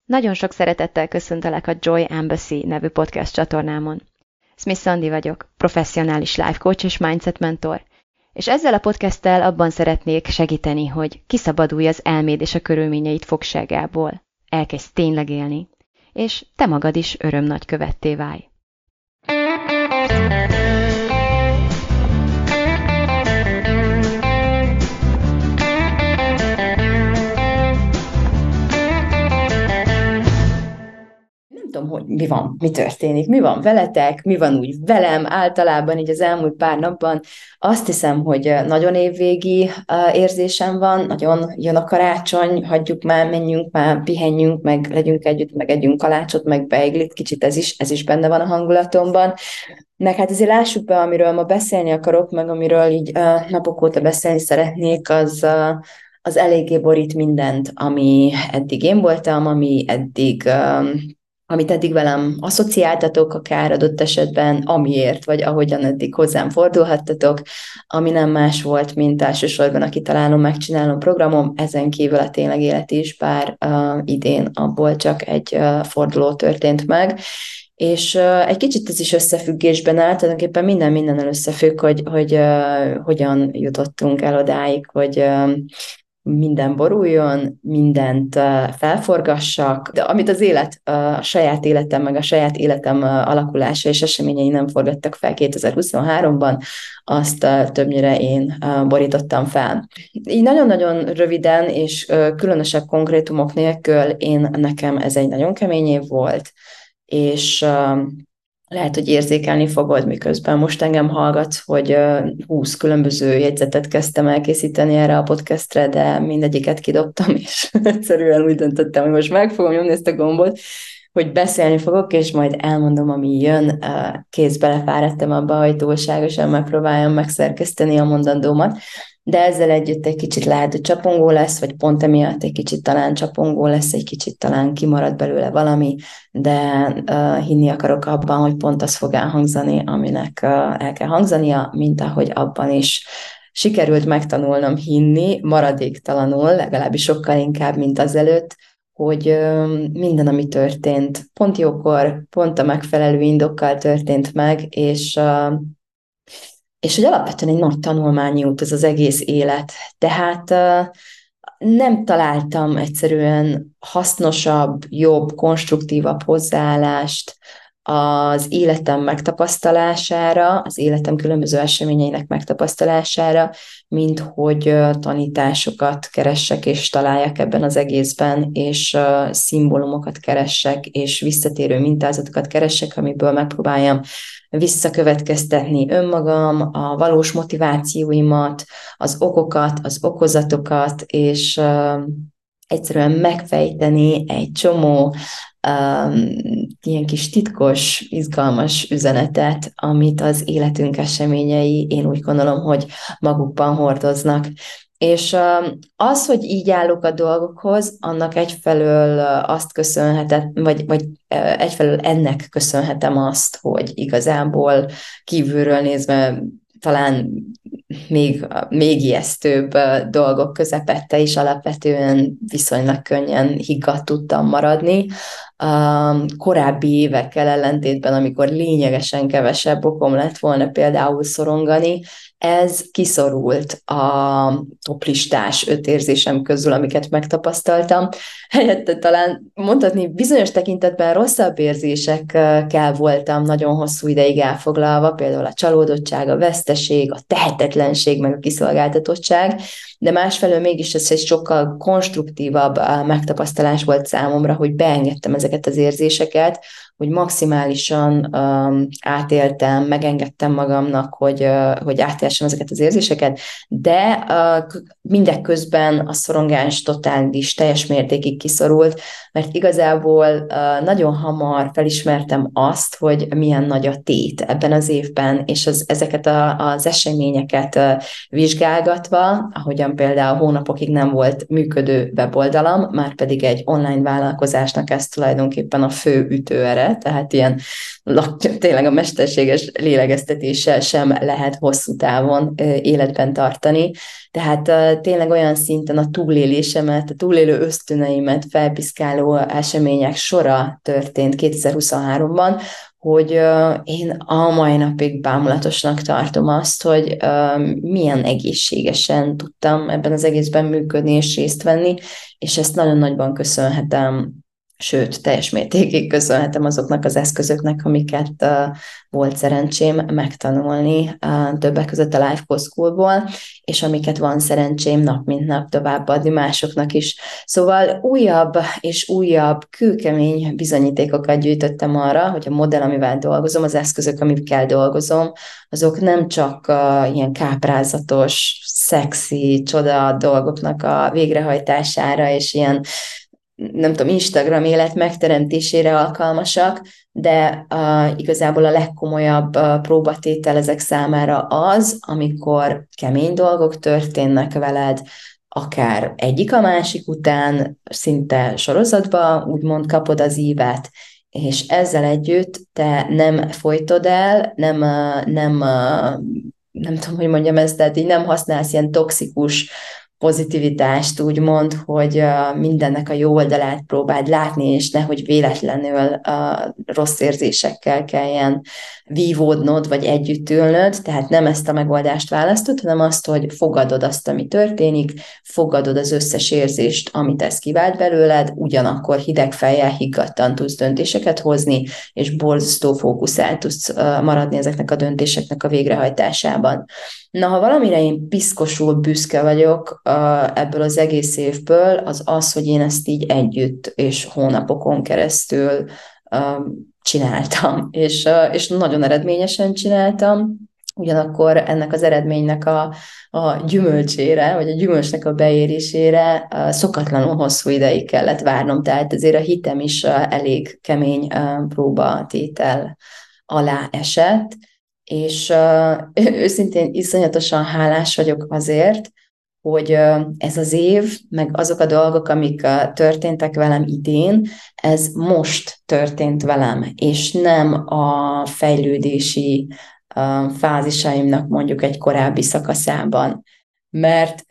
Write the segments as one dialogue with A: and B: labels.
A: Nagyon sok szeretettel köszöntelek a Joy Embassy nevű podcast csatornámon. Smith Andi vagyok, professzionális life coach és mindset mentor, és ezzel a podcasttel abban szeretnék segíteni, hogy kiszabadulj az elméd és a körülményeid fogságából, elkezdj tényleg élni, és te magad is örömnagykövetté válj.
B: Nem tudom, hogy mi van, mi történik, mi van veletek, mi van úgy velem, általában így az elmúlt pár napban. Azt hiszem, hogy nagyon évvégi érzésem van, nagyon jön a karácsony, hagyjuk már, menjünk már, pihenjünk, meg legyünk együtt, meg együnk kalácsot, meg beiglit, kicsit ez is benne van a hangulatomban. Meg hát azért lássuk be, amiről ma beszélni akarok, meg amiről így napok óta beszélni szeretnék, az eléggé borít mindent, ami eddig én voltam, amit eddig velem asszociáltatok, akár adott esetben amiért, vagy ahogyan eddig hozzám fordulhattatok, ami nem más volt, mint elsősorban a Kitalálom, Megcsinálom programom, ezen kívül a Tényleg Élet is, bár idén abból csak egy forduló történt meg, és egy kicsit ez is összefüggésben áll, tulajdonképpen mindennel összefügg, hogy hogyan jutottunk el odáig, hogy minden boruljon, mindent felforgassak, de amit az élet, a saját életem, meg a saját életem alakulása és eseményei nem forgattak fel 2023-ban, azt többnyire én borítottam fel. Így nagyon-nagyon röviden és különösebb konkrétumok nélkül nekem ez egy nagyon kemény év volt, és lehet, hogy érzékelni fogod, miközben most engem hallgatsz, hogy 20 különböző jegyzetet kezdtem elkészíteni erre a podcastre, de mindegyiket kidobtam, és egyszerűen úgy döntöttem, hogy most meg fogom nyomni ezt a gombot, hogy beszélni fogok, és majd elmondom, ami jön. Kész belefáradtam abba, hogy túlságosan megpróbáljam megszerkeszteni a mondandómat, de ezzel együtt egy kicsit lehet, hogy csapongó lesz, vagy pont emiatt egy kicsit talán csapongó lesz, egy kicsit talán kimarad belőle valami, de hinni akarok abban, hogy pont az fog elhangzani, aminek el kell hangzania, mint ahogy abban is sikerült megtanulnom hinni, maradéktalanul, legalábbis sokkal inkább, mint azelőtt, hogy minden, ami történt, pont jókor, pont a megfelelő indokkal történt meg, és hogy alapvetően egy nagy tanulmányi út ez az egész élet. Tehát nem találtam egyszerűen hasznosabb, jobb, konstruktívabb hozzáállást az életem megtapasztalására, az életem különböző eseményeinek megtapasztalására, mint hogy tanításokat keressek és találjak ebben az egészben, és szimbólumokat keressek, és visszatérő mintázatokat keressek, amiből megpróbáljam visszakövetkeztetni önmagam, a valós motivációimat, az okokat, az okozatokat, és egyszerűen megfejteni egy csomó ilyen kis titkos, izgalmas üzenetet, amit az életünk eseményei, én úgy gondolom, hogy magukban hordoznak. És az, hogy így állok a dolgokhoz, annak egyfelől azt köszönhetem, vagy egyfelől ennek köszönhetem azt, hogy igazából kívülről nézve talán még ijesztőbb dolgok közepette is alapvetően viszonylag könnyen higgadt tudtam maradni. Korábbi évekkel ellentétben, amikor lényegesen kevesebb okom lett volna például szorongani, ez kiszorult a toplistás 5 érzésem közül, amiket megtapasztaltam. Helyette talán mondhatni, bizonyos tekintetben rosszabb érzésekkel voltam nagyon hosszú ideig elfoglalva, például a csalódottság, a veszteség, a tehetetlenség, meg a kiszolgáltatottság, de másfelől mégis ez egy sokkal konstruktívabb megtapasztalás volt számomra, hogy beengedtem ezeket az érzéseket, hogy maximálisan átéltem, megengedtem magamnak, hogy átélsem ezeket az érzéseket, de mindeközben a szorongás totális, teljes mértékig kiszorult, mert igazából nagyon hamar felismertem azt, hogy milyen nagy a tét ebben az évben, és ezeket az eseményeket vizsgálgatva, ahogyan például hónapokig nem volt működő weboldalam, már pedig egy online vállalkozásnak ez tulajdonképpen a fő ütőere, tehát ilyen tényleg a mesterséges lélegeztetéssel sem lehet hosszú távon életben tartani. Tehát tényleg olyan szinten a túlélésemet, a túlélő ösztöneimet felpiszkáló frusztráló események sora történt 2023-ban, hogy én a mai napig bámulatosnak tartom azt, hogy milyen egészségesen tudtam ebben az egészben működni és részt venni, és ezt nagyon nagyban köszönhetem, sőt, teljes mértékig köszönhetem azoknak az eszközöknek, amiket volt szerencsém megtanulni, többek között a Life Coach Schoolból, és amiket van szerencsém nap mint nap továbbadni másoknak is. Szóval újabb és újabb kőkemény bizonyítékokat gyűjtöttem arra, hogy a modell, amivel dolgozom, az eszközök, amikkel dolgozom, azok nem csak ilyen káprázatos, szexi, csoda dolgoknak a végrehajtására, és ilyen nem tudom, Instagram élet megteremtésére alkalmasak, de igazából a legkomolyabb próbatétel ezek számára az, amikor kemény dolgok történnek veled, akár egyik a másik után, szinte sorozatba úgymond kapod az ívet, és ezzel együtt te nem folytod el, nem tudom, hogy mondjam ezt, tehát így nem használsz ilyen toxikus pozitivitást, úgymond, hogy mindennek a jó oldalát próbáld látni, és nehogy véletlenül rossz érzésekkel kelljen vívódnod, vagy együtt ülnöd, tehát nem ezt a megoldást választod, hanem azt, hogy fogadod azt, ami történik, fogadod az összes érzést, amit ez kivált belőled, ugyanakkor hideg fejjel higgadtan tudsz döntéseket hozni, és borzasztó fókuszált tudsz maradni ezeknek a döntéseknek a végrehajtásában. Na, ha valamire én piszkosul büszke vagyok ebből az egész évből, az az, hogy én ezt így együtt és hónapokon keresztül csináltam, és nagyon eredményesen csináltam, ugyanakkor ennek az eredménynek a gyümölcsére, vagy a gyümölcsnek a beérésére szokatlanul hosszú ideig kellett várnom, tehát ezért a hitem is elég kemény próbatétel alá esett, és őszintén iszonyatosan hálás vagyok azért, hogy ez az év, meg azok a dolgok, amik történtek velem idén, ez most történt velem, és nem a fejlődési fázisaimnak mondjuk egy korábbi szakaszában, mert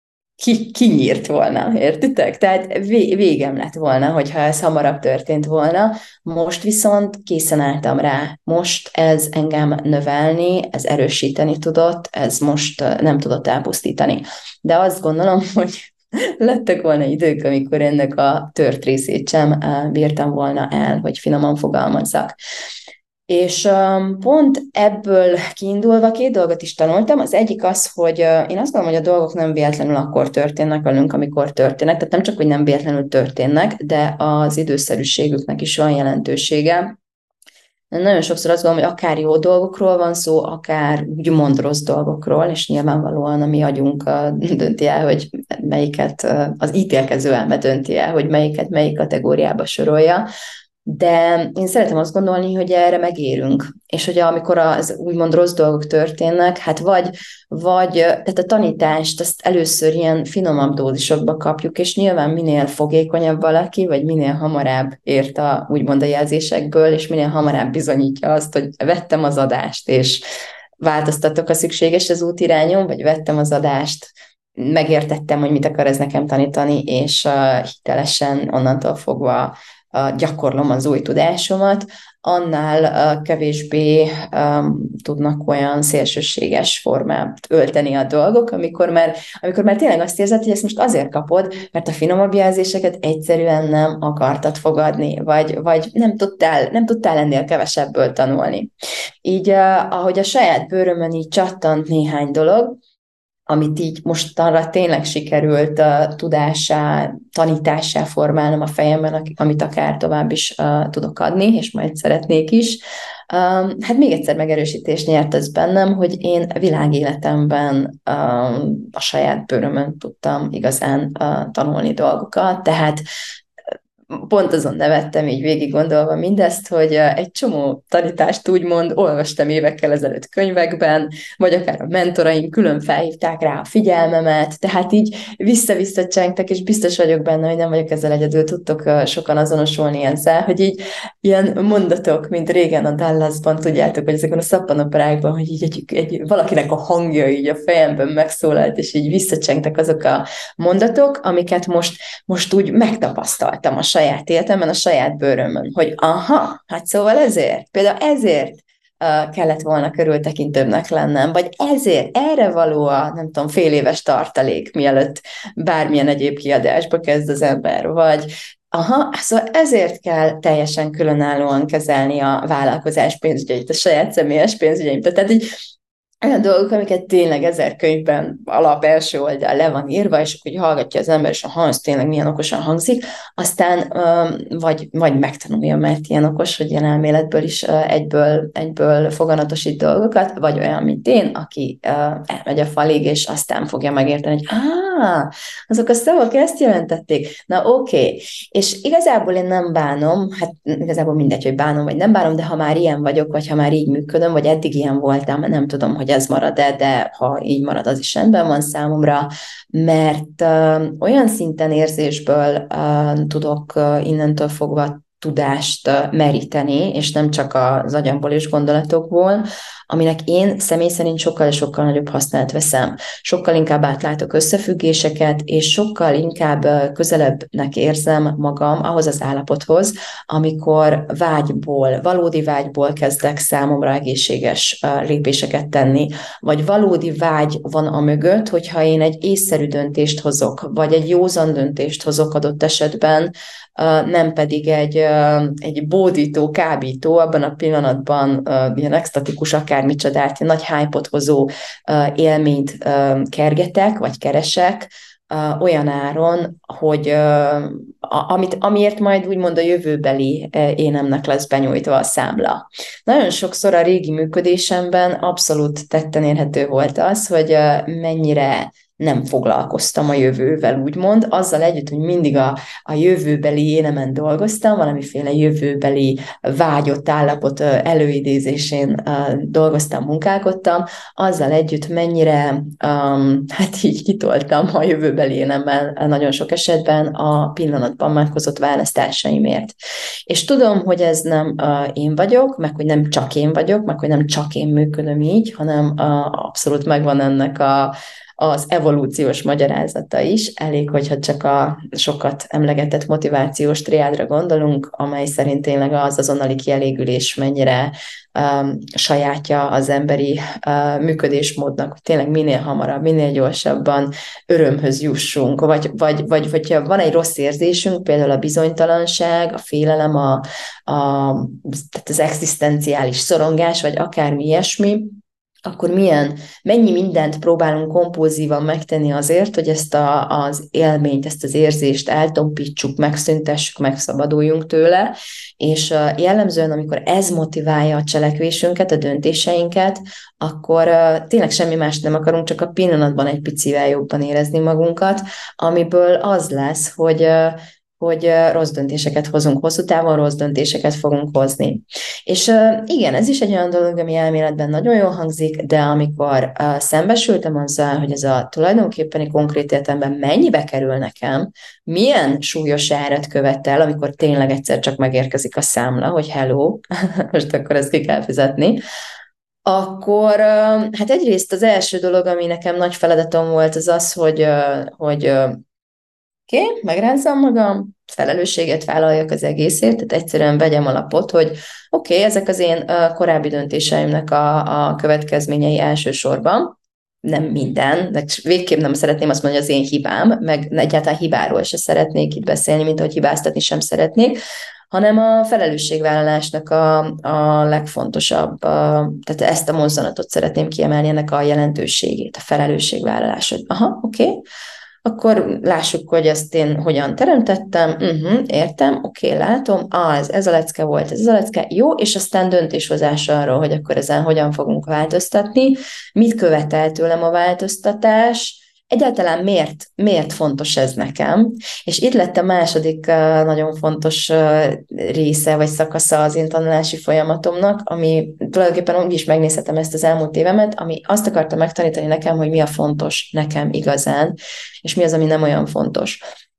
B: kinyírt volna, értitek? Tehát végem lett volna, hogyha ez hamarabb történt volna. Most viszont készen álltam rá. Most ez engem növelni, ez erősíteni tudott, ez most nem tudott elpusztítani. De azt gondolom, hogy lettek volna idők, amikor ennek a tört részét sem bírtam volna el, hogy finoman fogalmazzak. És pont ebből kiindulva két dolgot is tanultam. Az egyik az, hogy én azt gondolom, hogy a dolgok nem véletlenül akkor történnek velünk, amikor történnek. Tehát nem csak, hogy nem véletlenül történnek, de az időszerűségüknek is van jelentősége. Nagyon sokszor azt gondolom, hogy akár jó dolgokról van szó, akár úgymond rossz dolgokról, és nyilvánvalóan a mi agyunk dönti el, hogy melyiket, az ítélkező elme dönti el, hogy melyiket melyik kategóriába sorolja. De én szeretem azt gondolni, hogy erre megérünk, és hogy amikor az úgymond rossz dolgok történnek, hát vagy tehát a tanítást azt először ilyen finomabb dózisokba kapjuk, és nyilván minél fogékonyabb valaki, vagy minél hamarabb ért úgymond a jelzésekből, és minél hamarabb bizonyítja azt, hogy vettem az adást, és változtatok a szükséges az útirányon, vagy vettem az adást, megértettem, hogy mit akar ez nekem tanítani, és hitelesen onnantól fogva gyakorlom az új tudásomat, annál kevésbé tudnak olyan szélsőséges formát ölteni a dolgok, amikor már tényleg azt érzed, hogy ezt most azért kapod, mert a finomabb jelzéseket egyszerűen nem akartad fogadni, vagy nem tudtál ennél kevesebből tanulni. Így, ahogy a saját bőrömön így csattant néhány dolog, amit így mostanra tényleg sikerült tanítássá formálnom a fejemben, amit akár tovább is tudok adni, és majd szeretnék is. Hát még egyszer megerősítést nyert ez bennem, hogy én világéletemben a saját bőrömön tudtam igazán tanulni dolgokat, tehát pont azon nevettem így végig gondolva mindezt, hogy egy csomó tanítást úgymond olvastam évekkel ezelőtt könyvekben, vagy akár a mentoraim külön felhívták rá a figyelmemet, tehát így vissza-vissza csengtek, és biztos vagyok benne, hogy nem vagyok ezzel egyedül, tudtok sokan azonosulni ezzel, hogy így ilyen mondatok, mint régen a Dallasban, tudjátok, hogy ezekben a szappanoperákban, hogy így valakinek a hangja így a fejemben megszólalt, és így visszacsengtek azok a mondatok, amiket most úgy megtapasztaltam a saját életemben, a saját bőrömön, hogy aha, hát szóval ezért, például ezért kellett volna körültekintőbbnek lennem, vagy ezért, erre való a, nem tudom, fél éves tartalék, mielőtt bármilyen egyéb kiadásba kezd az ember, vagy aha, szóval ezért kell teljesen különállóan kezelni a vállalkozás pénzügyeit, a saját személyes pénzügyeit. Tehát így olyan dolgok, amiket tényleg 1000 könyvben alap első oldal le van írva, és akkor hallgatja az ember, és ha ez tényleg milyen okosan hangzik, aztán vagy megtanulja, mert ilyen okos, hogy ilyen elméletből is egyből foganatosít dolgokat, vagy olyan, mint én, aki elmegy a falig, és aztán fogja megérteni, hogy azok a szavak ezt jelentették. Na oké. És igazából én nem bánom, hát igazából mindegy, hogy bánom, vagy nem bánom, de ha már ilyen vagyok, vagy ha már így működöm, vagy eddig ilyen voltam, nem tudom, hogy ez marad-e, de ha így marad, az is rendben van számomra, mert olyan szinten érzésből tudok innentől fogva tudást meríteni, és nem csak az agyamból és gondolatokból, aminek én személy szerint sokkal nagyobb hasznát veszem. Sokkal inkább átlátok összefüggéseket, és sokkal inkább közelebbnek érzem magam ahhoz az állapothoz, amikor valódi vágyból kezdek számomra egészséges lépéseket tenni, vagy valódi vágy van a mögött, hogyha én egy észszerű döntést hozok, vagy egy józan döntést hozok adott esetben, nem pedig egy bódító, kábító, abban a pillanatban ilyen extatikus akármicsodát, ilyen nagy hype-ot hozó élményt kergetek, vagy keresek, olyan áron, hogy amiért majd úgymond a jövőbeli énemnek lesz benyújtva a számla. Nagyon sokszor a régi működésemben abszolút tetten érhető volt az, hogy mennyire nem foglalkoztam a jövővel, úgymond, azzal együtt, hogy mindig a jövőbeli énemen dolgoztam, valamiféle jövőbeli vágyott állapot előidézésén dolgoztam, munkálkodtam, azzal együtt mennyire hát így kitoltam a jövőbeli énemmel nagyon sok esetben a pillanatban meghozott választásaimért. És tudom, hogy ez nem én vagyok, meg hogy nem csak én vagyok, meg hogy nem csak én működöm így, hanem abszolút megvan ennek az evolúciós magyarázata is. Elég, hogyha csak a sokat emlegetett motivációs triádra gondolunk, amely szerint tényleg az azonnali kielégülés mennyire sajátja az emberi működésmódnak, hogy tényleg minél hamarabb, minél gyorsabban örömhöz jussunk, vagy hogyha van egy rossz érzésünk, például a bizonytalanság, a félelem, tehát az egzisztenciális szorongás, vagy akármi ilyesmi, akkor mennyi mindent próbálunk kompulzívan megtenni azért, hogy ezt az élményt, ezt az érzést eltompítsuk, megszüntessük, megszabaduljunk tőle, és jellemzően, amikor ez motiválja a cselekvésünket, a döntéseinket, akkor tényleg semmi más nem akarunk, csak a pillanatban egy picivel jobban érezni magunkat, amiből az lesz, hogy rossz döntéseket hozunk hosszú távon, rossz döntéseket fogunk hozni. És igen, ez is egy olyan dolog, ami elméletben nagyon jól hangzik, de amikor szembesültem azzal, hogy ez a tulajdonképpeni konkrét értelemben mennyibe kerül nekem, milyen súlyos árat követel, amikor tényleg egyszer csak megérkezik a számla, hogy hello, most akkor ezt ki kell fizetni, akkor hát egyrészt az első dolog, ami nekem nagy feladatom volt, az az, hogy megrázzam magam, felelősséget vállaljak az egészért, tehát egyszerűen vegyem alapot, hogy ezek az én korábbi döntéseimnek a következményei elsősorban, nem minden, de végképp nem szeretném azt mondani, hogy az én hibám, meg egyáltalán hibáról se szeretnék itt beszélni, mint ahogy hibáztatni sem szeretnék, hanem a felelősségvállalásnak a legfontosabb, tehát ezt a mozzanatot szeretném kiemelni, ennek a jelentőségét, a felelősségvállalás, hogy akkor lássuk, hogy ezt én hogyan teremtettem, értem, látom, ez a lecke volt, ez a lecke, jó, és aztán döntéshozás arról, hogy akkor ezen hogyan fogunk változtatni, mit követel tőlem a változtatás, egyáltalán miért fontos ez nekem, és itt lett a második nagyon fontos része, vagy szakasza az én tanulási folyamatomnak, ami tulajdonképpen úgy is megnézhetem ezt az elmúlt évemet, ami azt akarta megtanítani nekem, hogy mi a fontos nekem igazán, és mi az, ami nem olyan fontos.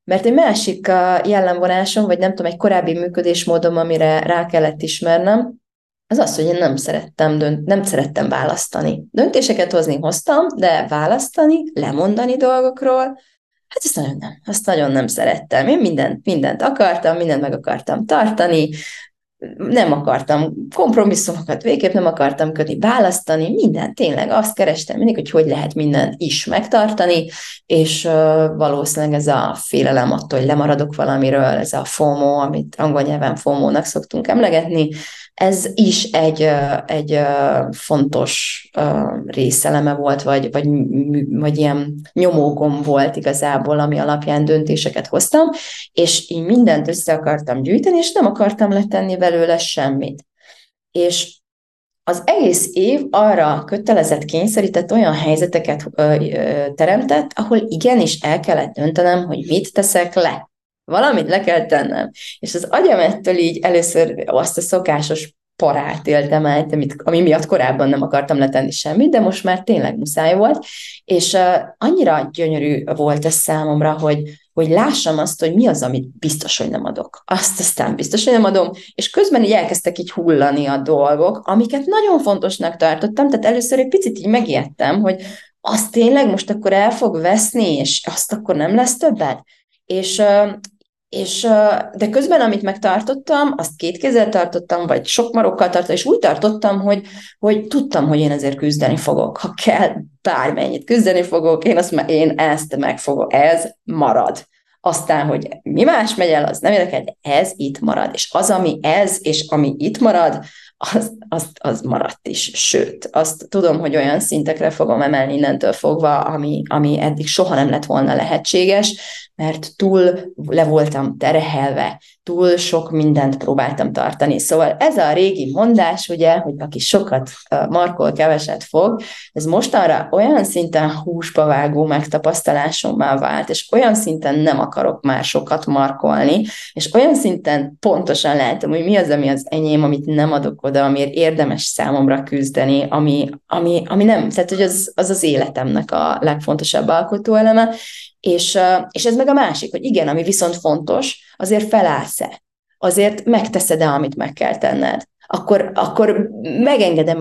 B: Mert egy másik jellemvonásom, vagy nem tudom, egy korábbi működésmódom, amire rá kellett ismernem, az az, hogy én nem szerettem választani. Döntéseket hozni hoztam, de választani, lemondani dolgokról, hát azt nagyon nem szerettem. Én mindent akartam, mindent meg akartam tartani, nem akartam kompromisszumokat, végképp nem akartam kötni, választani, mindent, tényleg azt kerestem mindig, hogy lehet mindent is megtartani, és valószínűleg ez a félelem attól, hogy lemaradok valamiről, ez a FOMO, amit angol nyelven FOMO-nak szoktunk emlegetni, ez is egy fontos részeleme volt, vagy ilyen nyomógom volt igazából, ami alapján döntéseket hoztam, és így mindent össze akartam gyűjteni, és nem akartam letenni belőle semmit. És az egész év arra kötelezett, kényszerített, olyan helyzeteket teremtett, ahol igenis el kellett döntenem, hogy mit teszek le. Valamit le kell tennem. És az agyam ettől így először azt a szokásos parát éltem át, ami miatt korábban nem akartam letenni semmit, de most már tényleg muszáj volt, és annyira gyönyörű volt ez számomra, hogy lássam azt, hogy mi az, amit biztos, hogy nem adok. Azt aztán biztos, hogy nem adom, és közben így elkezdtek így hullani a dolgok, amiket nagyon fontosnak tartottam, tehát először egy picit így megijedtem, hogy azt tényleg most akkor el fog veszni, és azt akkor nem lesz többet. De közben, amit megtartottam, azt két kézzel tartottam, vagy sok marokkal tartottam, és úgy tartottam, hogy tudtam, hogy én ezért küzdeni fogok. Ha kell, bármennyit küzdeni fogok, én ezt megfogom, ez marad. Aztán, hogy mi más megy el, az nem érdekel, de ez itt marad. És az, ami ez, és ami itt marad, az maradt is. Sőt, azt tudom, hogy olyan szintekre fogom emelni innentől fogva, ami eddig soha nem lett volna lehetséges, mert túl le voltam terhelve, túl sok mindent próbáltam tartani. Szóval ez a régi mondás, ugye, hogy aki sokat markol, keveset fog, ez mostanra olyan szinten húsba vágó megtapasztalásommá vált, és olyan szinten nem akarok már sokat markolni, és olyan szinten pontosan látom, hogy mi az, ami az enyém, amit nem adok oda, amiért érdemes számomra küzdeni, ami nem, tehát hogy az életemnek a legfontosabb alkotóeleme, és ez meg a másik, hogy igen, ami viszont fontos, azért felállsz-e, azért megteszed-e, amit meg kell tenned. Akkor megengeded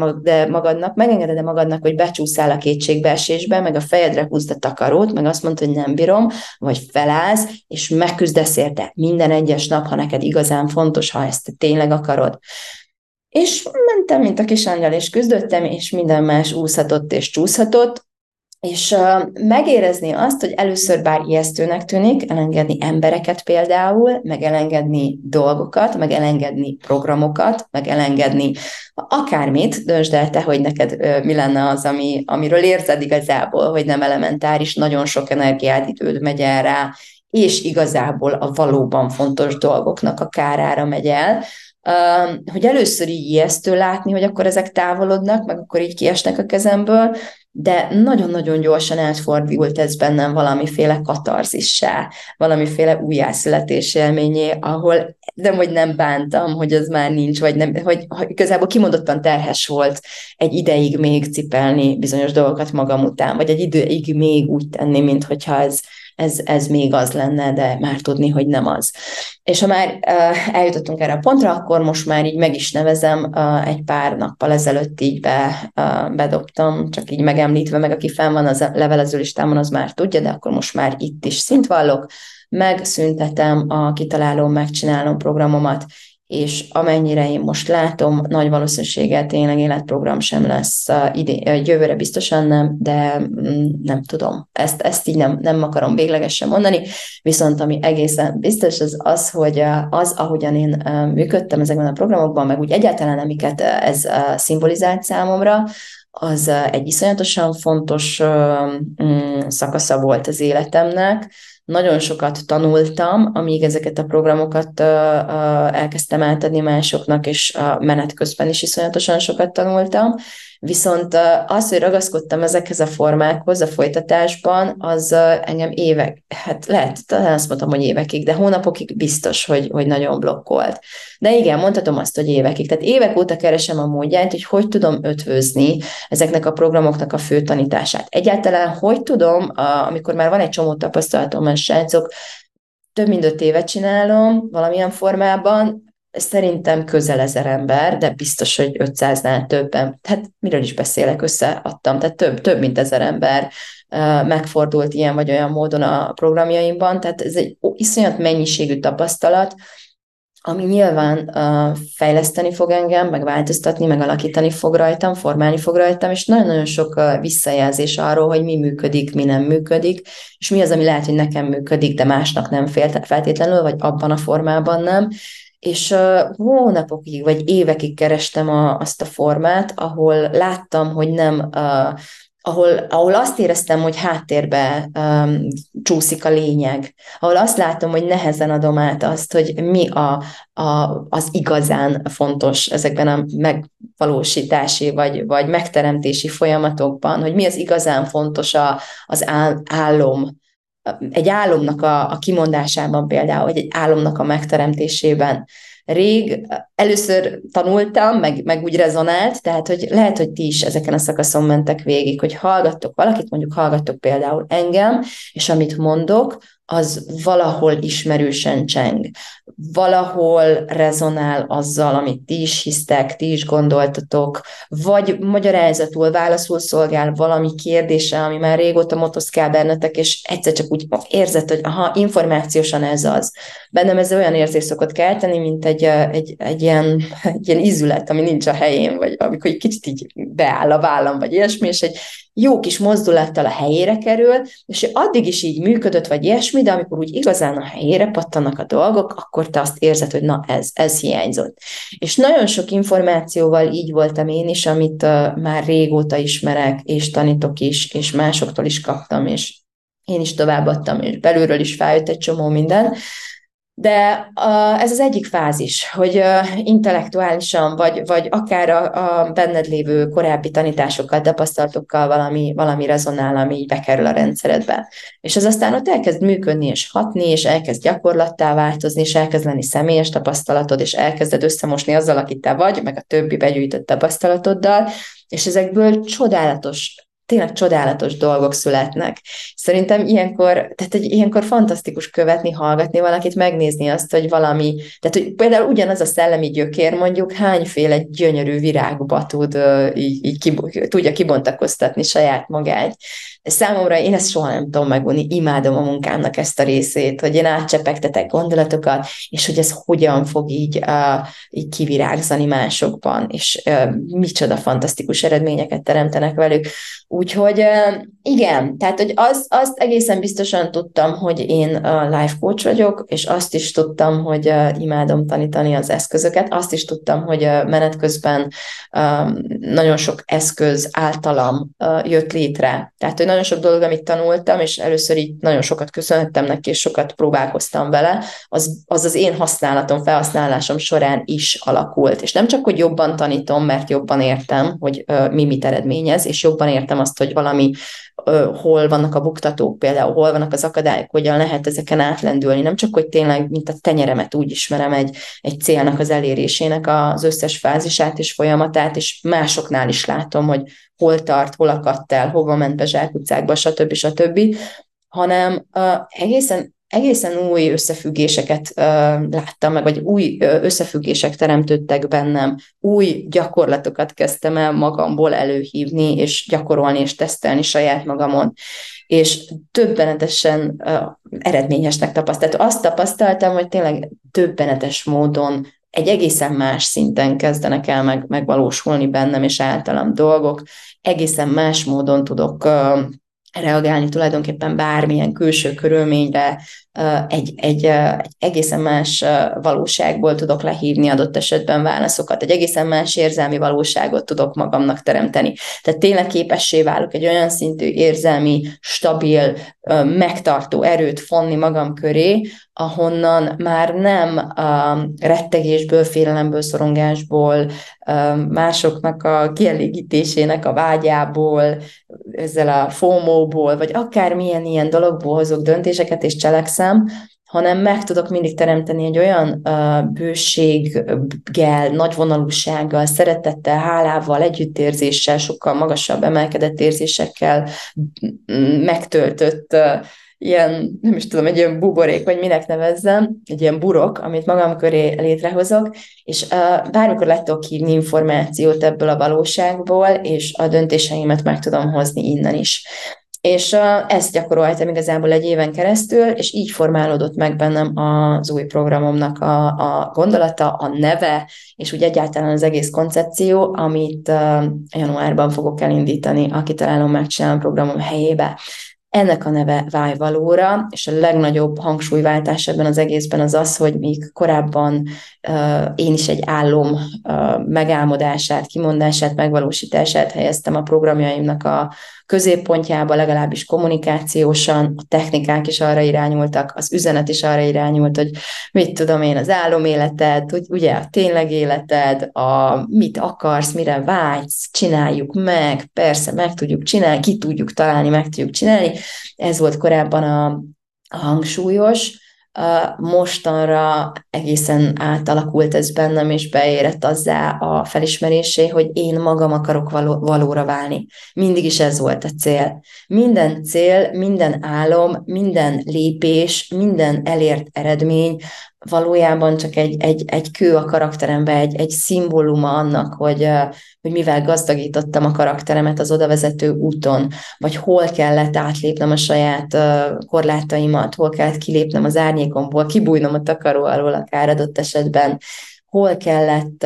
B: magadnak, hogy becsúszál a kétségbeesésbe, meg a fejedre húzd a takarót, meg azt mondod, hogy nem bírom, vagy felállsz, és megküzdesz érte minden egyes nap, ha neked igazán fontos, ha ezt te tényleg akarod. És mentem, mint a kis angyal, és küzdöttem, és minden más úszhatott és csúszhatott, és megérezni azt, hogy először bár ijesztőnek tűnik, elengedni embereket például, meg elengedni dolgokat, meg elengedni programokat, meg elengedni akármit, döntsd el te, hogy neked mi lenne az, amiről érzed igazából, hogy nem elementáris, nagyon sok energiád, időd megy el rá, és igazából a valóban fontos dolgoknak a kárára megy el, hogy először így ijesztő látni, hogy akkor ezek távolodnak, meg akkor így kiesnek a kezemből, de nagyon-nagyon gyorsan átfordult ez bennem valamiféle katarzissá, valamiféle újjászületés élményé, ahol nem, hogy nem bántam, hogy az már nincs, vagy nem, hogy igazából kimondottan terhes volt egy ideig még cipelni bizonyos dolgokat magam után, vagy egy ideig még úgy tenni, minthogyha ez még az lenne, de már tudni, hogy nem az. És ha már eljutottunk erre a pontra, akkor most már így meg is nevezem, egy pár nappal ezelőtt így bedobtam, csak így megemlítve, meg aki fenn van az levelező listámon, az már tudja, de akkor most már itt is szint vallok, megszüntetem a kitalálom, megcsinálom programomat, és amennyire én most látom, nagy valószínűséggel tényleg életprogram sem lesz jövőre biztosan nem, de nem tudom. Ezt így nem akarom véglegesen mondani, viszont ami egészen biztos, az, hogy ahogyan én működtem ezekben a programokban, meg úgy egyáltalán amiket ez szimbolizált számomra, az egy iszonyatosan fontos szakasza volt az életemnek. Nagyon sokat tanultam, amíg ezeket a programokat elkezdtem átadni másoknak, és a menet közben is iszonyatosan sokat tanultam. Viszont az, hogy ragaszkodtam ezekhez a formákhoz a folytatásban, az engem talán azt mondtam, hogy évekig, de hónapokig biztos, hogy nagyon blokkolt. De igen, mondhatom azt, hogy évekig. Tehát évek óta keresem a módját, hogy tudom ötvözni ezeknek a programoknak a fő tanítását. Egyáltalán hogy tudom, amikor már van egy csomó tapasztalatom, mert srácok, több mint 5 évet csinálom valamilyen formában, szerintem közel 1000 ember, de biztos, hogy 500-nál többen. Hát miről is beszélek, összeadtam, tehát több mint 1000 ember megfordult ilyen vagy olyan módon a programjaimban, tehát ez egy iszonyat mennyiségű tapasztalat, ami nyilván fejleszteni fog engem, meg változtatni, meg alakítani fog rajtam, formálni fog rajtam, és nagyon-nagyon sok visszajelzés arról, hogy mi működik, mi nem működik, és mi az, ami lehet, hogy nekem működik, de másnak nem feltétlenül, vagy abban a formában nem. És hónapokig, vagy évekig kerestem azt a formát, ahol láttam, hogy nem ahol azt éreztem, hogy háttérbe csúszik a lényeg, ahol azt látom, hogy nehezen adom át azt, hogy mi az igazán fontos ezekben a megvalósítási vagy megteremtési folyamatokban, hogy mi az igazán fontos az álom, egy álomnak a kimondásában például, vagy egy álomnak a megteremtésében. Rég először tanultam, meg úgy rezonált, tehát hogy lehet, hogy ti is ezeken a szakaszon mentek végig, hogy hallgattok valakit, mondjuk hallgattok például engem, és amit mondok, az valahol ismerősen cseng. Valahol rezonál azzal, amit ti is hisztek, ti is gondoltatok, vagy magyarázatul, válaszul szolgál valami kérdése, ami már régóta motoszkál bennetek, és egyszer csak úgy érzed, hogy aha, információsan ez az. Bennem ez olyan érzés szokott kelteni, mint egy ilyen ízület, ami nincs a helyén, vagy amikor egy kicsit így beáll a vállam, vagy ilyesmi, és egy jó kis mozdulattal a helyére kerül, és addig is így működött, vagy ilyesmi, de amikor úgy igazán a helyére pattannak a dolgok, akkor te azt érzed, hogy na ez hiányzott. És nagyon sok információval így voltam én is, amit már régóta ismerek, és tanítok is, és másoktól is kaptam, és én is továbbadtam, és belülről is feljött egy csomó minden. De ez az egyik fázis, hogy intellektuálisan, vagy akár a benned lévő korábbi tanításokkal, tapasztalatokkal valami rezonál, ami így bekerül a rendszeredbe. És az aztán ott elkezd működni és hatni, és elkezd gyakorlattá változni, és elkezd lenni személyes tapasztalatod, és elkezded összemosni azzal, aki te vagy, meg a többi begyűjtött tapasztalatoddal, és ezekből tényleg csodálatos dolgok születnek. Szerintem ilyenkor fantasztikus követni, hallgatni valakit, megnézni azt, hogy tehát hogy például ugyanaz a szellemi gyökér mondjuk hányféle gyönyörű virágba tudja kibontakoztatni saját magát. Számomra én ezt soha nem tudom megunni, imádom a munkámnak ezt a részét, hogy én átcsepegtetek gondolatokat, és hogy ez hogyan fog így kivirágzani másokban, és micsoda fantasztikus eredményeket teremtenek velük. Úgyhogy igen, tehát hogy azt egészen biztosan tudtam, hogy én life coach vagyok, és azt is tudtam, hogy imádom tanítani az eszközöket, azt is tudtam, hogy menet közben nagyon sok eszköz általam jött létre. Tehát, hogy nagyon sok dolog, amit tanultam, és először így nagyon sokat köszönhettem neki, és sokat próbálkoztam vele, az én felhasználásom során is alakult. És nem csak, hogy jobban tanítom, mert jobban értem, hogy mi mit eredményez, és jobban értem azt, hogy hol vannak a buktatók, például hol vannak az akadályok, hogyan lehet ezeken átlendülni. Nem csak, hogy tényleg, mint a tenyeremet úgy ismerem egy célnak az elérésének az összes fázisát és folyamatát, és másoknál is látom, hogy hol tart, hol akadt el, hova ment be zsákutcákba, stb. Hanem egészen új összefüggéseket láttam meg, vagy új összefüggések teremtődtek bennem, új gyakorlatokat kezdtem el magamból előhívni, és gyakorolni, és tesztelni saját magamon. És döbbenetesen eredményesnek tapasztaltam. Azt tapasztaltam, hogy tényleg döbbenetes módon egy egészen más szinten kezdenek el megvalósulni bennem és általam dolgok, egészen más módon tudok reagálni tulajdonképpen bármilyen külső körülményre, egy egészen más valóságból tudok lehívni adott esetben válaszokat, egy egészen más érzelmi valóságot tudok magamnak teremteni. Tehát tényleg képessé válok egy olyan szintű érzelmi, stabil, megtartó erőt fonni magam köré, ahonnan már nem rettegésből, félelemből, szorongásból, másoknak a kielégítésének a vágyából, ezzel a FOMO-ból, vagy akármilyen ilyen dologból hozok döntéseket és cselekszem, hanem meg tudok mindig teremteni egy olyan bőséggel, nagyvonalúsággal, szeretettel, hálával, együttérzéssel, sokkal magasabb emelkedett érzésekkel megtöltött ilyen, nem is tudom, egy ilyen buborék, vagy minek nevezzem, egy ilyen burok, amit magam köré létrehozok, és bármikor le tudok hívni információt ebből a valóságból, és a döntéseimet meg tudom hozni innen is. És ezt gyakoroltam igazából egy éven keresztül, és így formálódott meg bennem az új programomnak a gondolata, a neve, és úgy egyáltalán az egész koncepció, amit januárban fogok elindítani a Kitalálom, Megcsinálom programom helyébe. Ennek a neve Válj valóra, és a legnagyobb hangsúlyváltás ebben az egészben az az, hogy míg korábban én is egy álom megálmodását, kimondását, megvalósítását helyeztem a programjaimnak a középpontjába, legalábbis kommunikációsan, a technikák is arra irányultak, az üzenet is arra irányult, hogy mit tudom én, az áloméleted, hogy ugye a tényleg életed, mit akarsz, mire vágysz, csináljuk meg, persze meg tudjuk csinálni, ki tudjuk találni, meg tudjuk csinálni. Ez volt korábban a hangsúlyos, mostanra egészen átalakult ez bennem, és beérett azzá a felismerésé, hogy én magam akarok valóra válni. Mindig is ez volt a cél. Minden cél, minden álom, minden lépés, minden elért eredmény valójában csak egy kő a karakterembe, egy szimbóluma annak, hogy mivel gazdagítottam a karakteremet az odavezető úton, vagy hol kellett átlépnem a saját korlátaimat, hol kellett kilépnem az árnyékomból, kibújnom a takaró alól akár adott esetben, hol kellett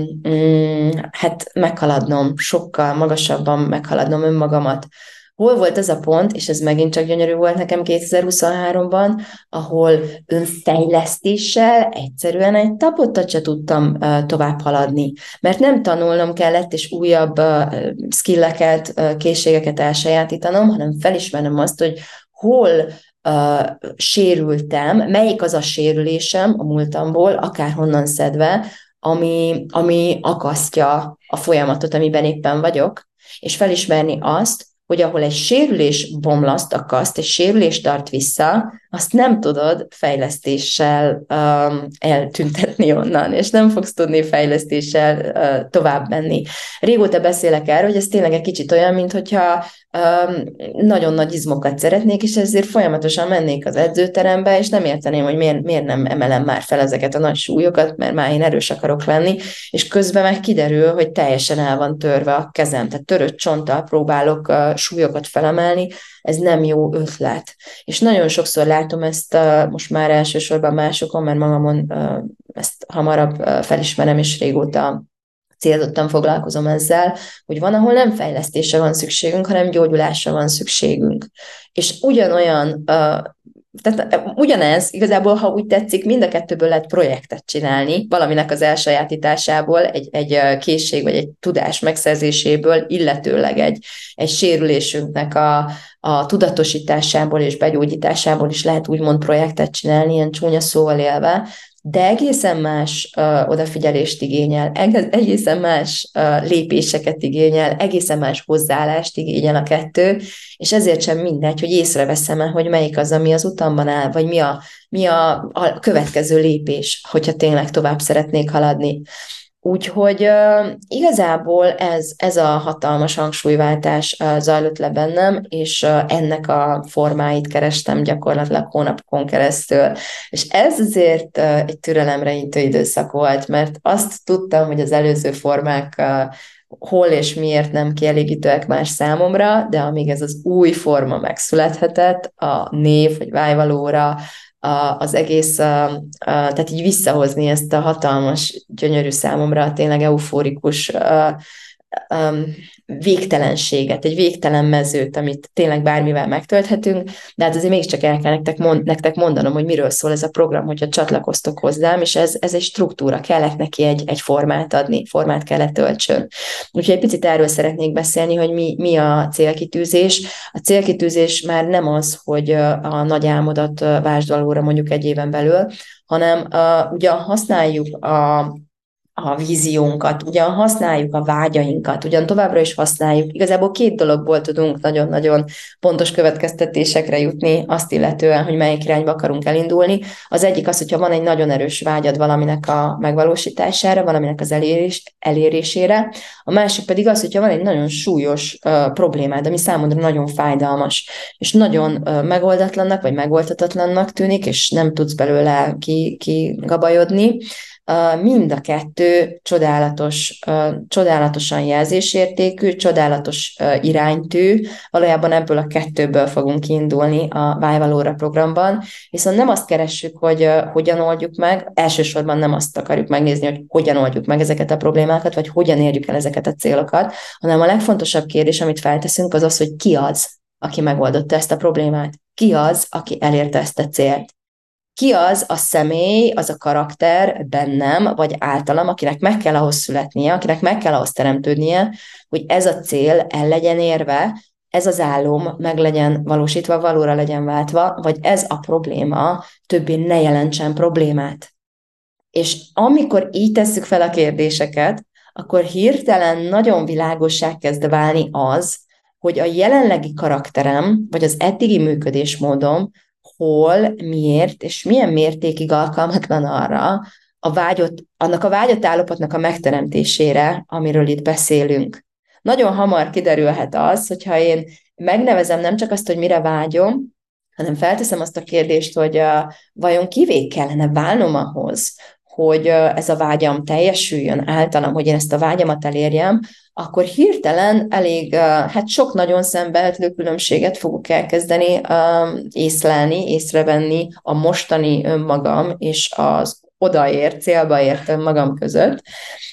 B: meghaladnom, sokkal magasabban meghaladnom önmagamat. Hol volt ez a pont, és ez megint csak gyönyörű volt nekem 2023-ban, ahol önfejlesztéssel egyszerűen egy tapottat se tudtam tovább haladni, mert nem tanulnom kellett, és újabb skilleket, készségeket elsajátítanom, hanem felismernem azt, hogy hol sérültem, melyik az a sérülésem a múltamból, akárhonnan szedve, ami akasztja a folyamatot, amiben éppen vagyok, és felismerni azt, hogy ahol egy sérülés bomlaszt, akaszt, egy sérülés tart vissza, azt nem tudod fejlesztéssel eltüntetni onnan, és nem fogsz tudni fejlesztéssel tovább menni. Régóta beszélek erről, hogy ez tényleg egy kicsit olyan, mintha nagyon nagy izmokat szeretnék, és ezért folyamatosan mennék az edzőterembe, és nem érteném, hogy miért nem emelem már fel ezeket a nagy súlyokat, mert már én erős akarok lenni, és közben meg kiderül, hogy teljesen el van törve a kezem, tehát törött csonttal próbálok súlyokat felemelni, ez nem jó ötlet. És nagyon sokszor látom ezt most már elsősorban másokon, mert magamon ezt hamarabb felismerem, és régóta célzottan foglalkozom ezzel, hogy van, ahol nem fejlesztésre van szükségünk, hanem gyógyulásra van szükségünk. És tehát ugyanez, igazából, ha úgy tetszik, mind a kettőből lehet projektet csinálni, valaminek az elsajátításából, egy készség vagy egy tudás megszerzéséből, illetőleg egy sérülésünknek a tudatosításából és begyógyításából is lehet úgymond projektet csinálni, ilyen csúnya szóval élve, de egészen más odafigyelést igényel, egészen más lépéseket igényel, egészen más hozzáállást igényel a kettő, és ezért sem mindegy, hogy észreveszem-e, hogy melyik az, ami az utamban áll, vagy mi a következő lépés, hogyha tényleg tovább szeretnék haladni. Úgyhogy igazából ez a hatalmas hangsúlyváltás zajlott le bennem, és ennek a formáit kerestem gyakorlatilag hónapokon keresztül. És ez azért egy türelemre intő időszak volt, mert azt tudtam, hogy az előző formák hol és miért nem kielégítőek más számomra, de amíg ez az új forma megszülethetett, a név, vagy vájvalóra, az egész, tehát így visszahozni ezt a hatalmas, gyönyörű számomra, tényleg euforikus végtelenséget, egy végtelen mezőt, amit tényleg bármivel megtölthetünk, de hát azért mégiscsak el kell nektek mondanom, hogy miről szól ez a program, hogyha csatlakoztok hozzám, és ez egy struktúra, kellett neki egy formát adni, formát kellett töltsön. Úgyhogy egy picit erről szeretnék beszélni, hogy mi a célkitűzés. A célkitűzés már nem az, hogy a nagy álmodat vásd valóra mondjuk egy éven belül, hanem ugyan használjuk a víziónkat, ugyan használjuk a vágyainkat, ugyan továbbra is használjuk. Igazából két dologból tudunk nagyon-nagyon pontos következtetésekre jutni, azt illetően, hogy melyik irányba akarunk elindulni. Az egyik az, hogyha van egy nagyon erős vágyad valaminek a megvalósítására, valaminek az elérésére, a másik pedig az, hogyha van egy nagyon súlyos problémád, ami számodra nagyon fájdalmas, és nagyon megoldatlannak, vagy megoldhatatlannak tűnik, és nem tudsz belőle kigabajodni. Mind a kettő csodálatosan jelzésértékű, csodálatos iránytű. Valójában ebből a kettőből fogunk kiindulni a Vájvalóra programban, viszont nem azt keressük, hogy hogyan oldjuk meg, elsősorban nem azt akarjuk megnézni, hogy hogyan oldjuk meg ezeket a problémákat, vagy hogyan érjük el ezeket a célokat, hanem a legfontosabb kérdés, amit felteszünk, az az, hogy ki az, aki megoldotta ezt a problémát. Ki az, aki elérte ezt a célt. Ki az a személy, az a karakter bennem, vagy általam, akinek meg kell ahhoz születnie, akinek meg kell ahhoz teremtődnie, hogy ez a cél el legyen érve, ez az álom meg legyen valósítva, valóra legyen váltva, vagy ez a probléma többé ne jelentsen problémát. És amikor így tesszük fel a kérdéseket, akkor hirtelen nagyon világossá kezd válni az, hogy a jelenlegi karakterem, vagy az eddigi működésmódom hol, miért és milyen mértékig alkalmatlan arra, annak a vágyott állapotnak a megteremtésére, amiről itt beszélünk. Nagyon hamar kiderülhet az, hogyha én megnevezem nem csak azt, hogy mire vágyom, hanem felteszem azt a kérdést, hogy vajon kivé kellene válnom ahhoz, hogy ez a vágyam teljesüljön általam, hogy én ezt a vágyamat elérjem, akkor hirtelen elég, sok nagyon szembeötlő különbséget fogok elkezdeni észlelni, észrevenni a mostani önmagam és az odaért, célba ért önmagam között.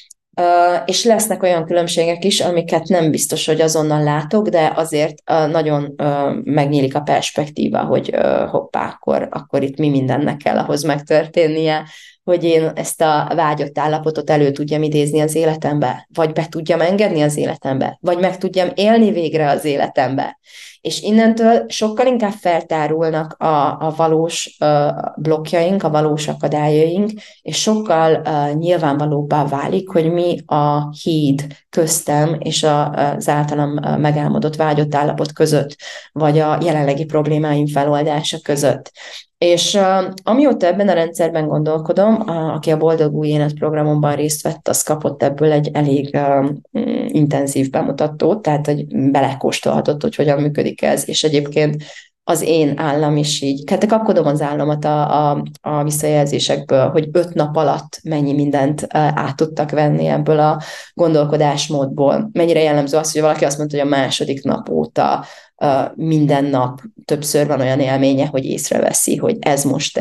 B: És lesznek olyan különbségek is, amiket nem biztos, hogy azonnal látok, de azért nagyon megnyílik a perspektíva, hogy hoppá, akkor itt mi mindennek kell ahhoz megtörténnie, hogy én ezt a vágyott állapotot elő tudjam idézni az életembe, vagy be tudjam engedni az életembe, vagy meg tudjam élni végre az életembe. És innentől sokkal inkább feltárulnak a valós blokkjaink, a valós akadályaink, és sokkal nyilvánvalóbbá válik, hogy mi a híd köztem és az általam megálmodott vágyott állapot között, vagy a jelenlegi problémáim feloldása között. És amióta ebben a rendszerben gondolkodom, aki a Boldog Új Élet programomban részt vett, az kapott ebből egy elég intenzív bemutatót, tehát hogy belekóstolhatott, hogy hogyan működik ez, és egyébként az én állam is így, hát kapkodom az államat a visszajelzésekből, hogy 5 nap alatt mennyi mindent át tudtak venni ebből a gondolkodásmódból. Mennyire jellemző az, hogy valaki azt mondta, hogy a második nap óta minden nap többször van olyan élménye, hogy észreveszi, hogy ez most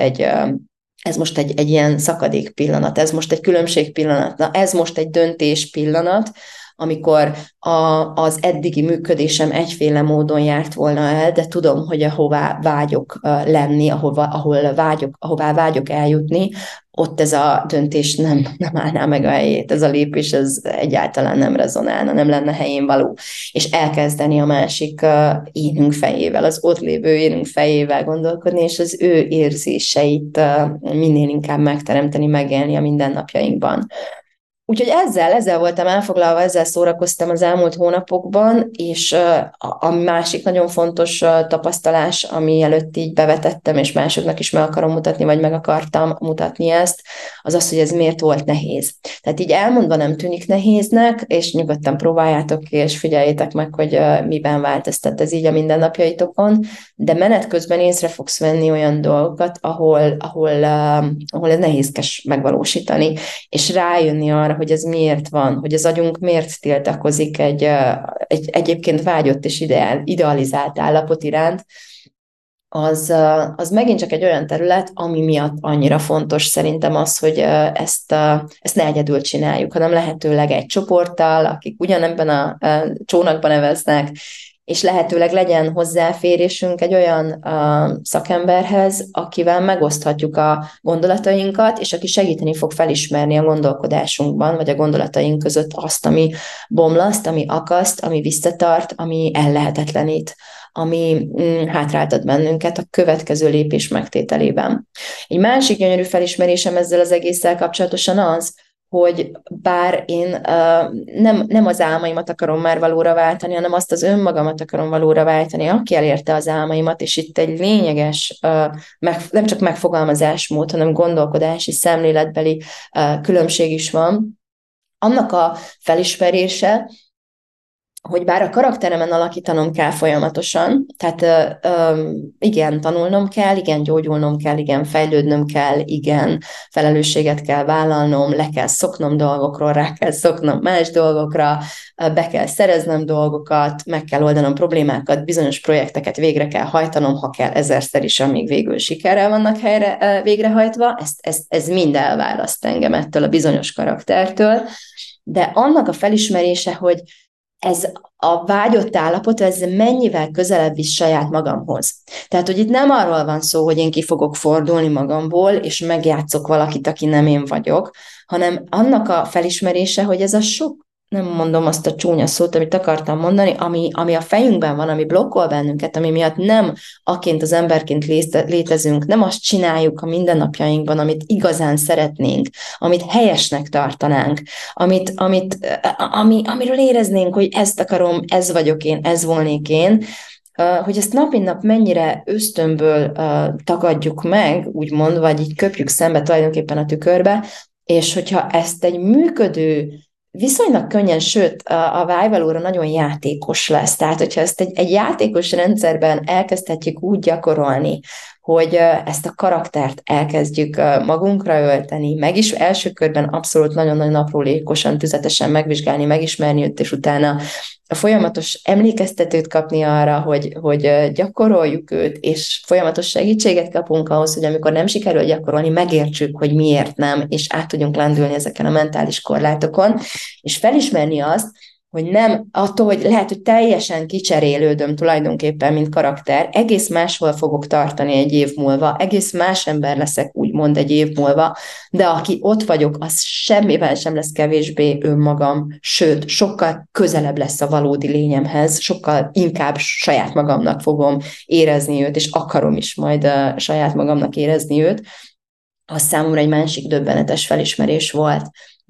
B: egy ilyen szakadék pillanat, ez most egy különbség pillanat, na ez most egy döntés pillanat, amikor az eddigi működésem egyféle módon járt volna el, de tudom, hogy ahová vágyok lenni, ahová vágyok eljutni, ott ez a döntés nem állná meg a helyét, ez a lépés ez egyáltalán nem rezonálna, nem lenne helyén való. És elkezdeni a másik énünk fejével, az ott lévő énünk fejével gondolkodni, és az ő érzéseit minél inkább megteremteni, megélni a mindennapjainkban. Úgyhogy ezzel voltam elfoglalva, ezzel szórakoztam az elmúlt hónapokban, és a másik nagyon fontos tapasztalás, ami előtt így bevetettem, és másoknak is meg akarom mutatni, vagy meg akartam mutatni ezt, az az, hogy ez miért volt nehéz. Tehát így elmondva nem tűnik nehéznek, és nyugodtan próbáljátok ki, és figyeljétek meg, hogy miben változtat ez így a mindennapjaitokon, de menet közben észre fogsz venni olyan dolgokat, ahol ez nehézkes megvalósítani, és rájönni arra, hogy ez miért van, hogy az agyunk miért tiltakozik egy egyébként vágyott és idealizált állapot iránt, az megint csak egy olyan terület, ami miatt annyira fontos szerintem az, hogy ezt ne egyedül csináljuk, hanem lehetőleg egy csoporttal, akik ugyanebben a csónakban neveznek, és lehetőleg legyen hozzáférésünk egy olyan szakemberhez, akivel megoszthatjuk a gondolatainkat, és aki segíteni fog felismerni a gondolkodásunkban, vagy a gondolataink között azt, ami bomlaszt, ami akaszt, ami visszatart, ami ellehetetlenít, ami hátráltat bennünket a következő lépés megtételében. Egy másik gyönyörű felismerésem ezzel az egésszel kapcsolatosan az, hogy bár én nem az álmaimat akarom már valóra váltani, hanem azt az önmagamat akarom valóra váltani, aki elérte az álmaimat, és itt egy lényeges, nem csak megfogalmazásmód, hanem gondolkodási, szemléletbeli különbség is van. Annak a felismerése, hogy bár a karakteremen alakítanom kell folyamatosan, tehát igen, tanulnom kell, igen, gyógyulnom kell, igen, fejlődnöm kell, igen, felelősséget kell vállalnom, le kell szoknom dolgokról, rá kell szoknom más dolgokra, be kell szereznem dolgokat, meg kell oldanom problémákat, bizonyos projekteket végre kell hajtanom, ha kell ezerszer is, amíg végül sikerrel vannak végrehajtva, ez mind elválaszt engem ettől a bizonyos karaktertől, de annak a felismerése, hogy ez a vágyott állapot, ez mennyivel közelebb is saját magamhoz. Tehát, hogy itt nem arról van szó, hogy én ki fogok fordulni magamból, és megjátszok valakit, aki nem én vagyok, hanem annak a felismerése, hogy ez a sok, nem mondom azt a csúnya szót, amit akartam mondani, ami a fejünkben van, ami blokkol bennünket, ami miatt nem aként az emberként létezünk, nem azt csináljuk a mindennapjainkban, amit igazán szeretnénk, amit helyesnek tartanánk, amiről éreznénk, hogy ezt akarom, ez vagyok én, ez volnék én, hogy ezt nap mint nap mennyire ösztönből tagadjuk meg, úgymond, vagy így köpjük szembe tulajdonképpen a tükörbe, és hogyha ezt egy működő, viszonylag könnyen, sőt, a Vájvalóra nagyon játékos lesz. Tehát, hogyha ezt egy játékos rendszerben elkezdhetjük úgy gyakorolni, hogy ezt a karaktert elkezdjük magunkra ölteni, első körben abszolút nagyon-nagyon aprólékosan, tüzetesen megvizsgálni, megismerni őt, és utána a folyamatos emlékeztetőt kapni arra, hogy gyakoroljuk őt, és folyamatos segítséget kapunk ahhoz, hogy amikor nem sikerül gyakorolni, megértsük, hogy miért nem, és át tudjunk lendülni ezeken a mentális korlátokon, és felismerni azt, hogy nem attól, hogy lehet, hogy teljesen kicserélődöm tulajdonképpen, mint karakter, egész máshol fogok tartani egy év múlva, egész más ember leszek, úgymond egy év múlva, de aki ott vagyok, az semmivel sem lesz kevésbé önmagam, sőt, sokkal közelebb lesz a valódi lényemhez, sokkal inkább saját magamnak fogom érezni őt, és akarom is majd saját magamnak érezni őt. Az számomra egy másik döbbenetes felismerés volt.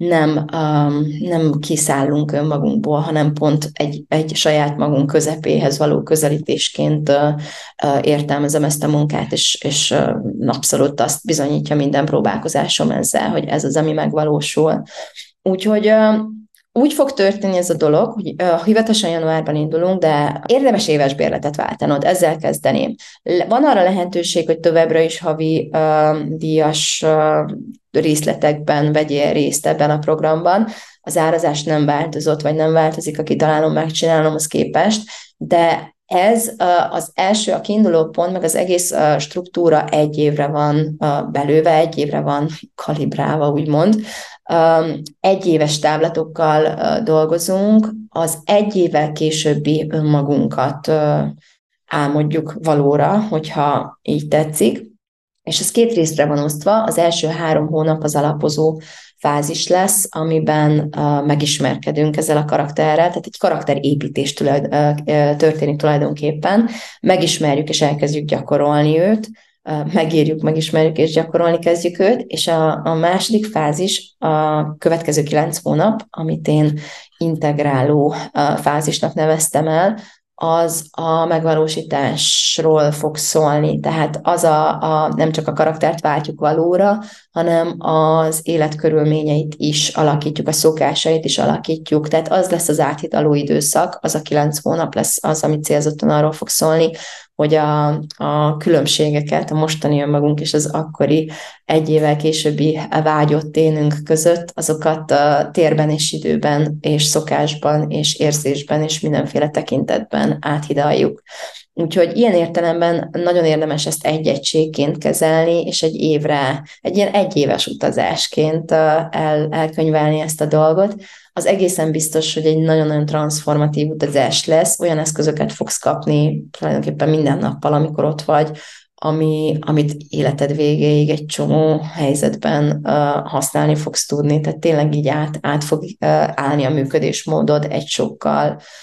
B: Nem kiszállunk önmagunkból, hanem pont egy saját magunk közepéhez való közelítésként értelmezem ezt a munkát, és abszolút azt bizonyítja minden próbálkozásom ezzel, hogy ez az, ami megvalósul. Úgyhogy úgy fog történni ez a dolog, hogy hivatalosan januárban indulunk, de érdemes éves bérletet váltanod, ezzel kezdeném. Van arra lehetőség, hogy továbbra is havi díjas részletekben vegyél részt ebben a programban. Az árazás nem változott, vagy nem változik, aki találom, megcsinálom, az képest, de ez az első, a kiinduló pont, meg az egész struktúra egy évre van belőve, egy évre van kalibrálva, úgymond. Egy éves táblatokkal dolgozunk, az egy évvel későbbi önmagunkat álmodjuk valóra, hogyha így tetszik. És ez 2 részre van osztva, az első 3 hónap az alapozó fázis lesz, amiben megismerkedünk ezzel a karakterrel, tehát egy karakterépítés történik tulajdonképpen, megismerjük és elkezdjük gyakorolni őt, megírjuk, megismerjük és gyakorolni kezdjük őt, és a második fázis a következő 9 hónap, amit én integráló fázisnak neveztem el, az a megvalósításról fog szólni. Tehát az nem csak a karaktert váltjuk valóra, hanem az életkörülményeit is alakítjuk, a szokásait is alakítjuk. Tehát az lesz az áthidaló időszak, az a 9 hónap lesz az, ami célzottan arról fog szólni, hogy a különbségeket, a mostani önmagunk és az akkori egy évvel későbbi vágyott énünk között, azokat térben és időben és szokásban és érzésben és mindenféle tekintetben áthidaljuk. Úgyhogy ilyen értelemben nagyon érdemes ezt egy egységként kezelni, és egy évre, egy ilyen egyéves utazásként elkönyvelni ezt a dolgot. Az egészen biztos, hogy egy nagyon-nagyon transformatív utazás lesz, olyan eszközöket fogsz kapni tulajdonképpen minden nappal, amikor ott vagy, amit életed végéig egy csomó helyzetben használni fogsz tudni. Tehát tényleg így át fog állni a működésmódod egy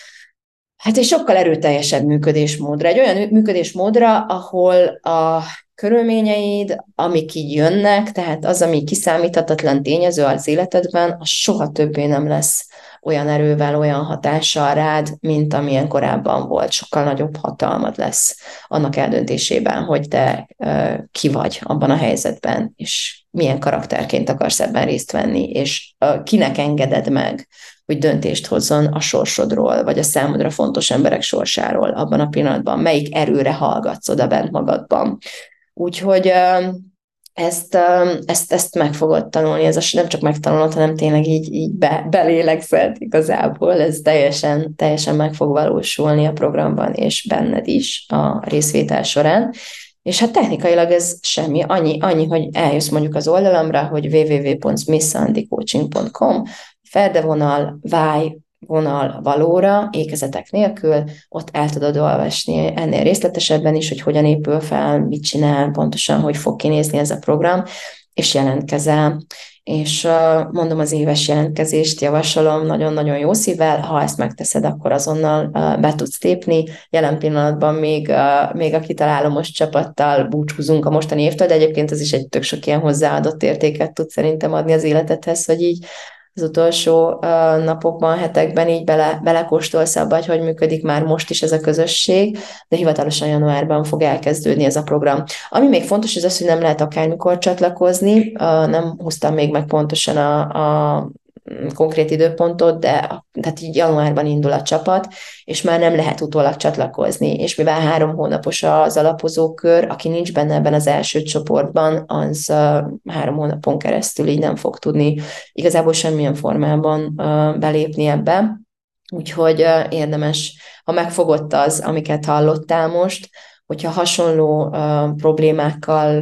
B: egy sokkal erőteljesebb működésmódra. Egy olyan működésmódra, ahol körülményeid, amik így jönnek, tehát az, ami kiszámíthatatlan tényező az életedben, az soha többé nem lesz olyan erővel, olyan hatással rád, mint amilyen korábban volt. Sokkal nagyobb hatalmad lesz annak eldöntésében, hogy te ki vagy abban a helyzetben, és milyen karakterként akarsz ebben részt venni, és kinek engeded meg, hogy döntést hozzon a sorsodról, vagy a számodra fontos emberek sorsáról abban a pillanatban, melyik erőre hallgatsz oda bent magadban. Úgyhogy ezt meg fogod tanulni, ez nem csak megtanulod, hanem tényleg így belélegzed igazából, ez teljesen meg fog valósulni a programban, és benned is a részvétel során. És hát technikailag ez semmi, annyi, hogy eljössz mondjuk az oldalamra, hogy www.smithsandycoaching.com, ferdevonal, vonal valóra, ékezetek nélkül, ott el tudod olvasni ennél részletesebben is, hogy hogyan épül fel, mit csinál, pontosan hogy fog kinézni ez a program, és jelentkezel. És mondom, az éves jelentkezést javasolom nagyon-nagyon jó szívvel, ha ezt megteszed, akkor azonnal be tudsz lépni. Jelen pillanatban még a kitalálomos csapattal búcsúzunk a mostani évtől, de egyébként ez is egy tök sok ilyen hozzáadott értéket tud szerintem adni az életedhez, hogy így az utolsó napokban, hetekben így belekóstolsz abba, hogy működik már most is ez a közösség, de hivatalosan januárban fog elkezdődni ez a program. Ami még fontos, az az, hogy nem lehet akármikor csatlakozni, nem húztam még meg pontosan a konkrét időpontot, tehát így januárban indul a csapat, és már nem lehet utólag csatlakozni, és mivel 3 hónapos az alapozókör, aki nincs benne ebben az első csoportban, az 3 hónapon keresztül így nem fog tudni igazából semmilyen formában belépni ebbe. Úgyhogy érdemes, ha megfogott az, amiket hallottál most, hogyha hasonló problémákkal,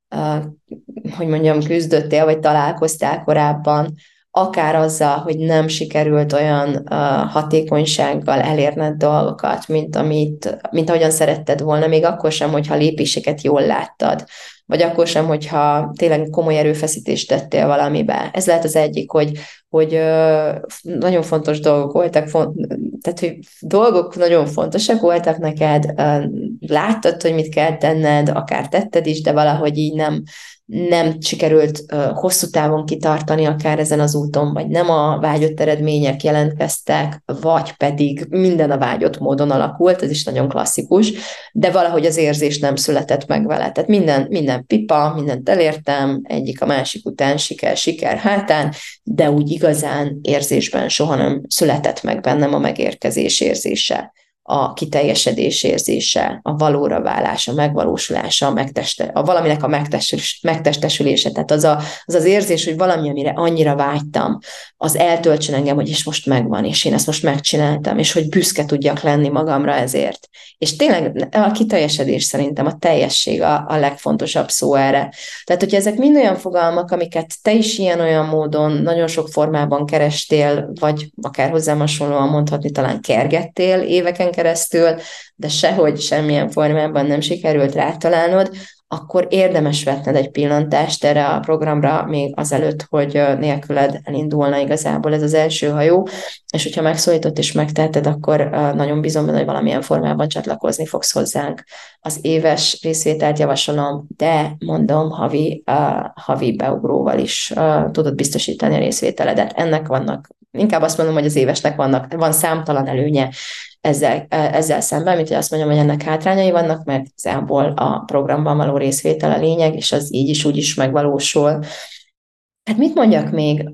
B: hogy mondjam, küzdöttél, vagy találkoztál korábban, akár azzal, hogy nem sikerült olyan hatékonysággal elérned dolgokat, mint ahogyan szeretted volna, még akkor sem, hogyha lépéseket jól láttad, vagy akkor sem, hogyha tényleg komoly erőfeszítést tettél valamibe. Ez lehet az egyik, hogy nagyon fontos dolgok voltak, tehát hogy dolgok nagyon fontosak voltak neked, láttad, hogy mit kell tenned, akár tetted is, de valahogy így nem sikerült hosszú távon kitartani akár ezen az úton, vagy nem a vágyott eredmények jelentkeztek, vagy pedig minden a vágyott módon alakult, ez is nagyon klasszikus, de valahogy az érzés nem született meg vele. Tehát minden pipa, mindent elértem, egyik a másik után siker hátán, de úgy igazán érzésben soha nem született meg bennem a megérkezés érzése, a kiteljesedés érzése, a valóra válása, a megvalósulása, a valaminek a megtestesülése. Tehát az érzés, hogy valami, amire annyira vágytam, az eltöltsön engem, hogy és most megvan, és én ezt most megcsináltam, és hogy büszke tudjak lenni magamra ezért. És tényleg a kiteljesedés szerintem a teljesség a legfontosabb szó erre. Tehát, hogyha ezek mind olyan fogalmak, amiket te is ilyen-olyan módon, nagyon sok formában kerestél, vagy akár hozzám hasonlóan mondhatni, talán kergettél éveken keresztül, de sehogy semmilyen formában nem sikerült rátalálnod, akkor érdemes vetned egy pillantást erre a programra még azelőtt, hogy nélküled elindulna igazából ez az első hajó, és hogyha megszólított és megteheted, akkor nagyon bízom benne, hogy valamilyen formában csatlakozni fogsz hozzánk. Az éves részvételt javasolom, de mondom, havi beugróval is tudod biztosítani a részvételedet. Ennek vannak, inkább azt mondom, hogy az évesnek van számtalan előnye ezzel szemben, mint hogy azt mondjam, hogy ennek hátrányai vannak, mert igazából a programban való részvétel a lényeg, és az így is úgy is megvalósul. Hát mit mondjak még?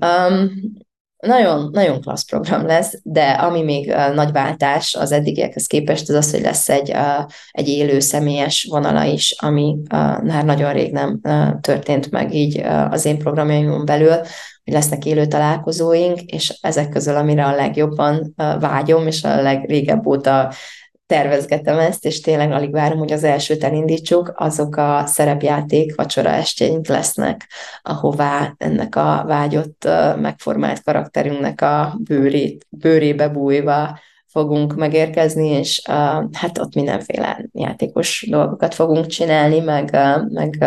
B: Nagyon, nagyon klassz program lesz, de ami még nagy váltás az eddigiekhez képest, az az, hogy lesz egy élő személyes vonala is, ami már nagyon rég nem történt meg így az én programjaimon belül, hogy lesznek élő találkozóink, és ezek közül, amire a legjobban vágyom, és a legrégebb óta tervezgetem ezt, és tényleg alig várom, hogy az elsőt elindítsuk, azok a szerepjáték vacsora estjeink lesznek, ahová ennek a vágyott, megformált karakterünknek a bőrébe bújva fogunk megérkezni, és hát ott mindenféle játékos dolgokat fogunk csinálni, meg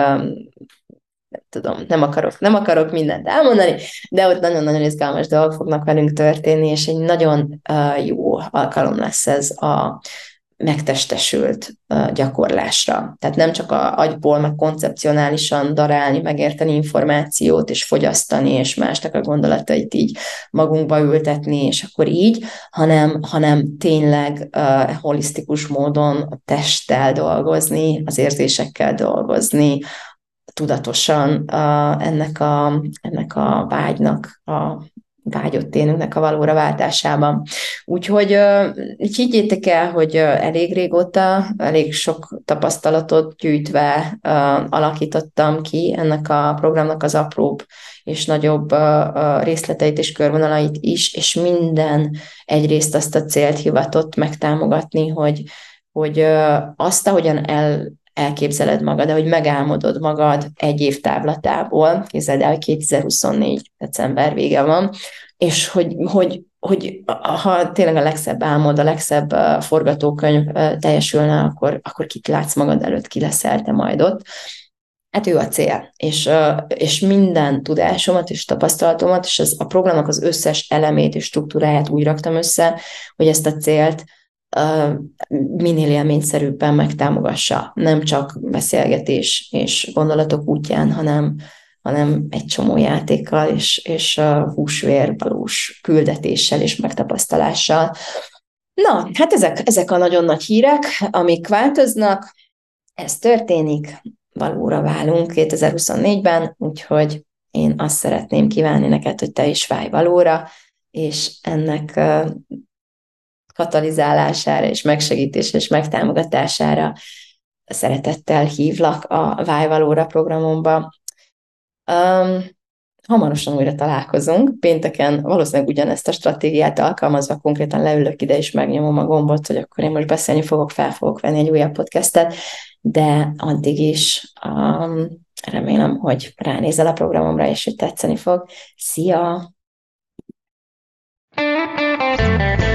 B: nem tudom, nem akarok mindent elmondani, de ott nagyon-nagyon izgalmas dolgok fognak velünk történni, és egy nagyon jó alkalom lesz ez megtestesült gyakorlásra. Tehát nem csak a agyból, meg koncepcionálisan darálni, megérteni információt, és fogyasztani, és másnak a gondolatait így magunkba ültetni, és akkor így, hanem tényleg holisztikus módon a testtel dolgozni, az érzésekkel dolgozni, tudatosan ennek a vágynak, a vágyott énünknek a valóra váltásában. Úgyhogy így higgyétek el, hogy elég régóta, elég sok tapasztalatot gyűjtve alakítottam ki ennek a programnak az apróbb és nagyobb részleteit és körvonalait is, és minden egyrészt azt a célt hivatott megtámogatni, hogy azt, ahogyan elképzeled magad, de hogy megálmodod magad egy év távlatából, képzeld el, 2024. december vége van, és hogy ha tényleg a legszebb álmod, a legszebb forgatókönyv teljesülne, akkor kit látsz magad előtt, ki leszel te majd ott. Hát ő a cél, és minden tudásomat és tapasztalatomat, és a programnak az összes elemét és struktúráját úgy raktam össze, hogy ezt a célt minél élményszerűbben megtámogassa. Nem csak beszélgetés és gondolatok útján, hanem egy csomó játékkal és húsvér valós küldetéssel és megtapasztalással. Na, hát ezek a nagyon nagy hírek, amik változnak, ez történik, valóra válunk 2024-ben, úgyhogy én azt szeretném kívánni neked, hogy te is válj valóra, és ennek katalizálására és megsegítésre és megtámogatására szeretettel hívlak a Válj Valóra programomba. Hamarosan újra találkozunk. Pénteken valószínűleg ugyanezt a stratégiát alkalmazva konkrétan leülök ide és megnyomom a gombot, hogy akkor én most beszélni fogok, fel fogok venni egy újabb podcastet, de addig is remélem, hogy ránézel a programomra, és hogy tetszeni fog. Szia!